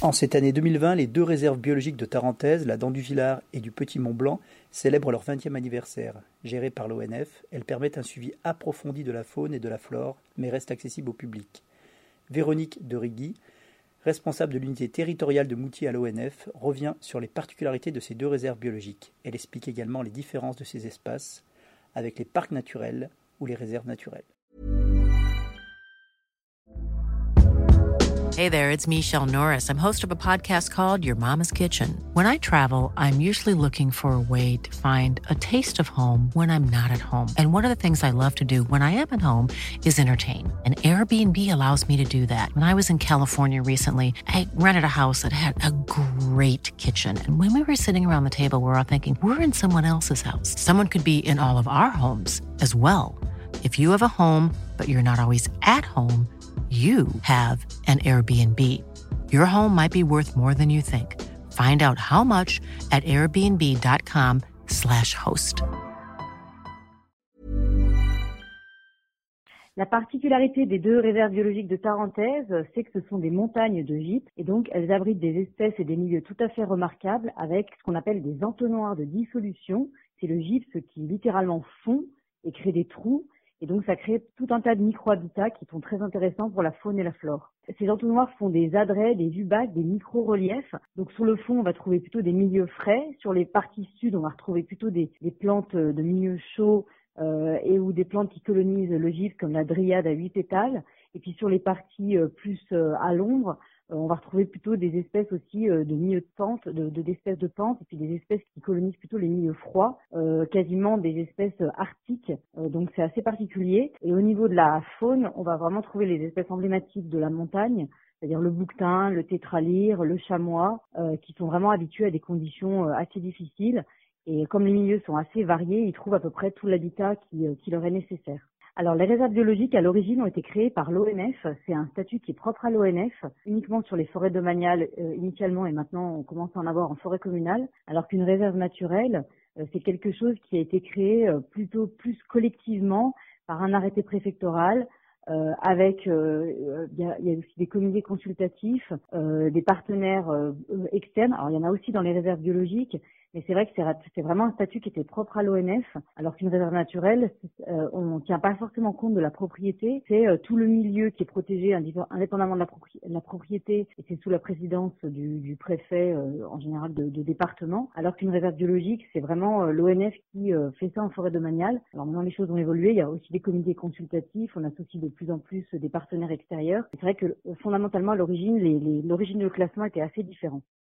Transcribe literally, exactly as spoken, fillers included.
En cette année deux mille vingt, les deux réserves biologiques de Tarentaise, la Dent du Villard et du Petit Mont-Blanc, célèbrent leur vingtième anniversaire. Gérées par l'O N F, elles permettent un suivi approfondi de la faune et de la flore, mais restent accessibles au public. Véronique de Rigui, responsable de l'unité territoriale de Moutier à l'O N F, revient sur les particularités de ces deux réserves biologiques. Elle explique également les différences de ces espaces avec les parcs naturels ou les réserves naturelles. Hey there, it's Michelle Norris. I'm host of a podcast called Your Mama's Kitchen. When I travel, I'm usually looking for a way to find a taste of home when I'm not at home. And one of the things I love to do when I am at home is entertain. And Airbnb allows me to do that. When I was in California recently, I rented a house that had a great kitchen. And when we were sitting around the table, we were all thinking, we're in someone else's house. Someone could be in all of our homes as well. If you have a home, but you're not always at home, you have an Airbnb. Your home might be worth more than you think. Find out how much at airbnb.com slash host. La particularité des deux réserves biologiques de Tarentaise, c'est que ce sont des montagnes de gîtes et donc elles abritent des espèces et des milieux tout à fait remarquables avec ce qu'on appelle des entonnoirs de dissolution. C'est le gypse qui littéralement fond et crée des trous. Et donc, ça crée tout un tas de micro-habitats qui sont très intéressants pour la faune et la flore. Ces entonnoirs font des adrets, des vubacs, des micro-reliefs. Donc, sur le fond, on va trouver plutôt des milieux frais. Sur les parties sud, on va retrouver plutôt des, des plantes de milieux chauds euh, et ou des plantes qui colonisent le gypse, comme la dryade à huit pétales. Et puis, sur les parties euh, plus euh, à l'ombre, euh, on va retrouver plutôt des espèces aussi euh, de milieux de pente, de, de d'espèces de pente, et puis des espèces qui colonisent plutôt les milieux froids, euh, quasiment des espèces arctiques. Euh, donc c'est assez particulier. Et au niveau de la faune, on va vraiment trouver les espèces emblématiques de la montagne, c'est-à-dire le bouquetin, le tétralyre, le chamois, euh, qui sont vraiment habitués à des conditions euh, assez difficiles. Et comme les milieux sont assez variés, ils trouvent à peu près tout l'habitat qui, euh, qui leur est nécessaire. Alors, les réserves biologiques, à l'origine, ont été créées par l'O N F. C'est un statut qui est propre à l'O N F, uniquement sur les forêts domaniales euh, initialement, et maintenant, on commence à en avoir en forêt communale, alors qu'une réserve naturelle, euh, c'est quelque chose qui a été créé euh, plutôt plus collectivement par un arrêté préfectoral, euh, avec, euh, il y, a, il y a aussi des comités consultatifs, euh, des partenaires euh, externes. Alors, il y en a aussi dans les réserves biologiques, mais c'est vrai que c'est, c'est vraiment un statut qui était propre à l'O N F, alors qu'une réserve naturelle, euh, on ne tient pas forcément compte de la propriété. C'est euh, tout le milieu qui est protégé indépendamment de la, propri- de la propriété, et c'est sous la présidence du, du préfet, euh, en général de, de département, alors qu'une réserve biologique, c'est vraiment euh, l'O N F qui euh, fait ça en forêt domaniale. Alors maintenant, les choses ont évolué, il y a aussi des comités consultatifs, on associe de plus en plus des partenaires extérieurs. C'est vrai que euh, fondamentalement, à l'origine, les, les, l'origine de classement était assez différente.